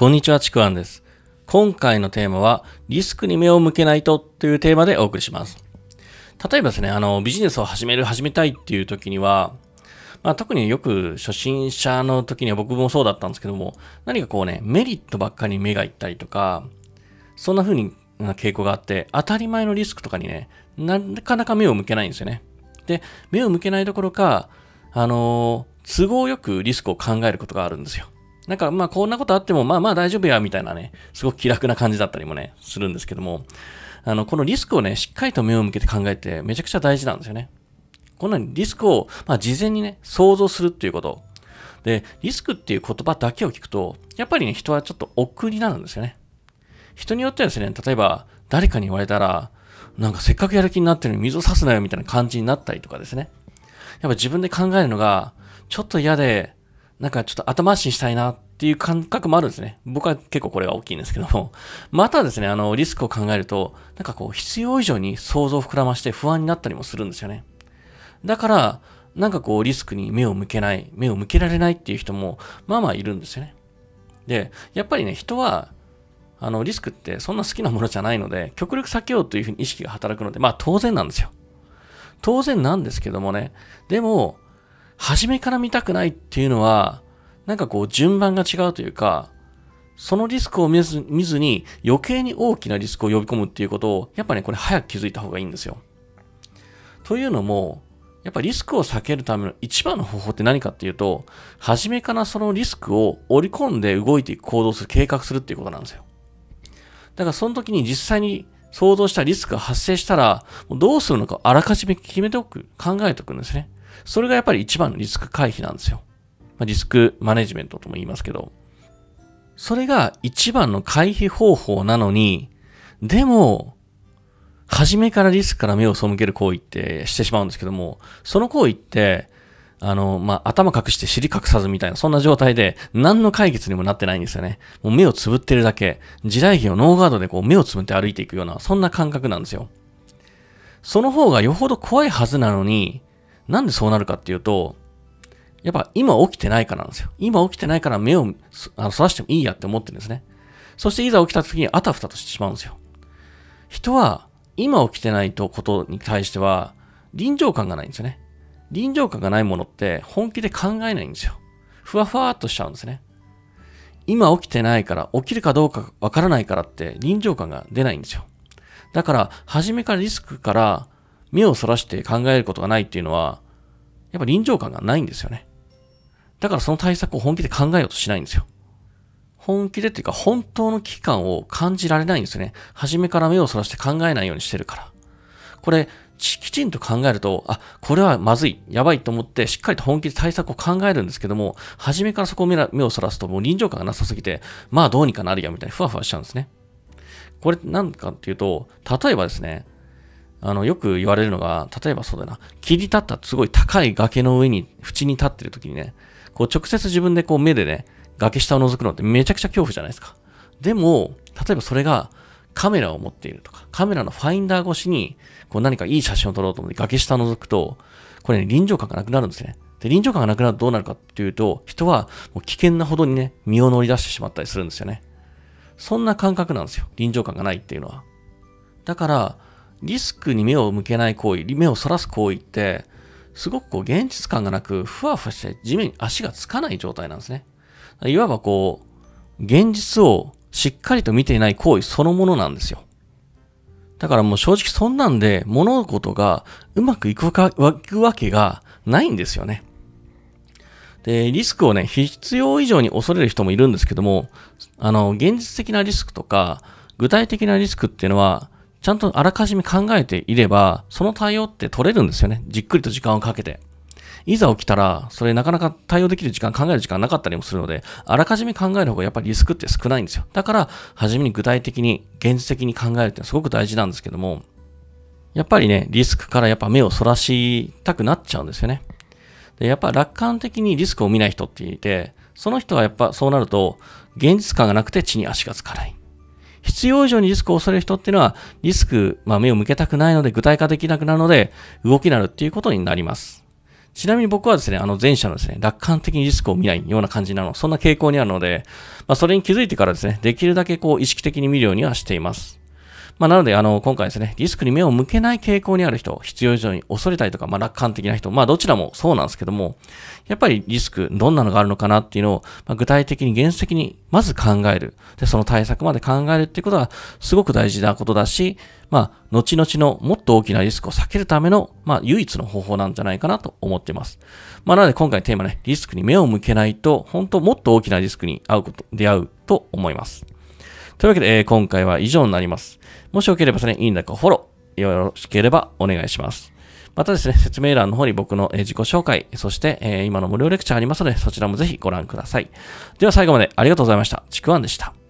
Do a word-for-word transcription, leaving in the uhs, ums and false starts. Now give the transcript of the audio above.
こんにちは、ちくわんです。今回のテーマは、リスクに目を向けないとというテーマでお送りします。例えばですね、あの、ビジネスを始める、始めたいっていう時には、まあ、特によく初心者の時には僕もそうだったんですけども、何かこうね、メリットばっかりに目がいったりとか、そんな風にな傾向があって、当たり前のリスクとかにね、なかなか目を向けないんですよね。で、目を向けないどころか、あのー、都合よくリスクを考えることがあるんですよ。なんかまあこんなことあってもまあまあ大丈夫やみたいなね、すごく気楽な感じだったりもね、するんですけども、あの、このリスクをね、しっかりと目を向けて考えてめちゃくちゃ大事なんですよね。こんなにリスクを、まあ事前にね、想像するっていうこと。で、リスクっていう言葉だけを聞くと、やっぱりね、人はちょっと億劫になるんですよね。人によってはですね、例えば誰かに言われたら、なんかせっかくやる気になってるのに水を差すなよみたいな感じになったりとかですね。やっぱ自分で考えるのが、ちょっと嫌で、なんかちょっと後回しにしたいなっていう感覚もあるんですね。僕は結構これが大きいんですけども。またですね、あの、リスクを考えると、なんかこう、必要以上に想像を膨らまして不安になったりもするんですよね。だから、なんかこう、リスクに目を向けない、目を向けられないっていう人も、まあまあいるんですよね。で、やっぱりね、人は、あの、リスクってそんな好きなものじゃないので、極力避けようというふうに意識が働くので、まあ当然なんですよ。当然なんですけどもね。でも、初めから見たくないっていうのは、なんかこう順番が違うというか、そのリスクを見ず見ずに余計に大きなリスクを呼び込むっていうことを、やっぱね、これ早く気づいた方がいいんですよ。というのも、やっぱリスクを避けるための一番の方法って何かっていうと、初めからそのリスクを織り込んで動いていく行動する、計画するっていうことなんですよ。だからその時に実際に想像したリスクが発生したら、どうするのかあらかじめ決めておく、考えておくんですね。それがやっぱり一番のリスク回避なんですよ。リスクマネジメントとも言いますけど。それが一番の回避方法なのに、でも、初めからリスクから目を背ける行為ってしてしまうんですけども、その行為って、あの、まあ、頭隠して尻隠さずみたいな、そんな状態で、何の解決にもなってないんですよね。もう目をつぶってるだけ、地雷原をノーガードでこう目をつぶって歩いていくような、そんな感覚なんですよ。その方がよほど怖いはずなのに、なんでそうなるかっていうと、やっぱ今起きてないからなんですよ。今起きてないから目をあのそらしてもいいやって思ってるんですね。そしていざ起きた時にあたふたとしてしまうんですよ。人は今起きてないとことに対しては臨場感がないんですよね。臨場感がないものって本気で考えないんですよ。ふわふわっとしちゃうんですね。今起きてないから起きるかどうかわからないからって臨場感が出ないんですよ。だから初めからリスクから目をそらして考えることがないっていうのはやっぱ臨場感がないんですよね。だからその対策を本気で考えようとしないんですよ。本気でっていうか本当の危機感を感じられないんですよね。初めから目をそらして考えないようにしてるから。これ、きちんと考えると、あ、これはまずい、やばいと思ってしっかりと本気で対策を考えるんですけども、初めからそこを目をそらすともう臨場感がなさすぎて、まあどうにかなるやみたいにふわふわしちゃうんですね。これなんかっていうと、例えばですね、あの、よく言われるのが、例えばそうだな、切り立ったすごい高い崖の上に、縁に立ってる時にね、こう直接自分でこう目でね、崖下を覗くのってめちゃくちゃ恐怖じゃないですか。でも、例えばそれがカメラを持っているとか、カメラのファインダー越しにこう何かいい写真を撮ろうと思って崖下を覗くと、これね、臨場感がなくなるんですね。で、臨場感がなくなるとどうなるかっていうと、人はもう危険なほどにね、身を乗り出してしまったりするんですよね。そんな感覚なんですよ。臨場感がないっていうのは。だから、リスクに目を向けない行為、目をそらす行為って、すごくこう現実感がなく、ふわふわして地面に足がつかない状態なんですね。いわばこう、現実をしっかりと見ていない行為そのものなんですよ。だからもう正直そんなんで物事がうまくいくわけがないんですよね。で、リスクをね、必要以上に恐れる人もいるんですけども、あの、現実的なリスクとか、具体的なリスクっていうのは、ちゃんとあらかじめ考えていれば、その対応って取れるんですよね。じっくりと時間をかけて。いざ起きたら、それなかなか対応できる時間、考える時間なかったりもするので、あらかじめ考える方がやっぱりリスクって少ないんですよ。だから、初めに具体的に、現実的に考えるってのはすごく大事なんですけども、やっぱりね、リスクからやっぱ目をそらしたくなっちゃうんですよね。で、やっぱ楽観的にリスクを見ない人っていて、その人はやっぱそうなると、現実感がなくて地に足がつかない。必要以上にリスクを恐れる人っていうのは、リスク、まあ目を向けたくないので具体化できなくなるので、動きになるっていうことになります。 ちなみに僕はですね、あの前者のですね、楽観的にリスクを見ないような感じなの、そんな傾向にあるので、まあそれに気づいてからですね、できるだけこう意識的に見るようにはしています。まあなので、あの、今回ですね、リスクに目を向けない傾向にある人、必要以上に恐れたりとか、まあ楽観的な人、まあどちらもそうなんですけども、やっぱりリスク、どんなのがあるのかなっていうのを、まあ、具体的に原石にまず考える。で、その対策まで考えるっていうことがすごく大事なことだし、まあ、後々のもっと大きなリスクを避けるための、まあ、唯一の方法なんじゃないかなと思っています。まあ、なので今回のテーマね、リスクに目を向けないと、本当もっと大きなリスクに遭うこと、出会うと思います。というわけで、えー、今回は以上になります。もしよければですね、いいねかフォロー、よろしければお願いします。またですね、説明欄の方に僕の自己紹介、そして、えー、今の無料レクチャーありますので、そちらもぜひご覧ください。では最後までありがとうございました。ちくわんでした。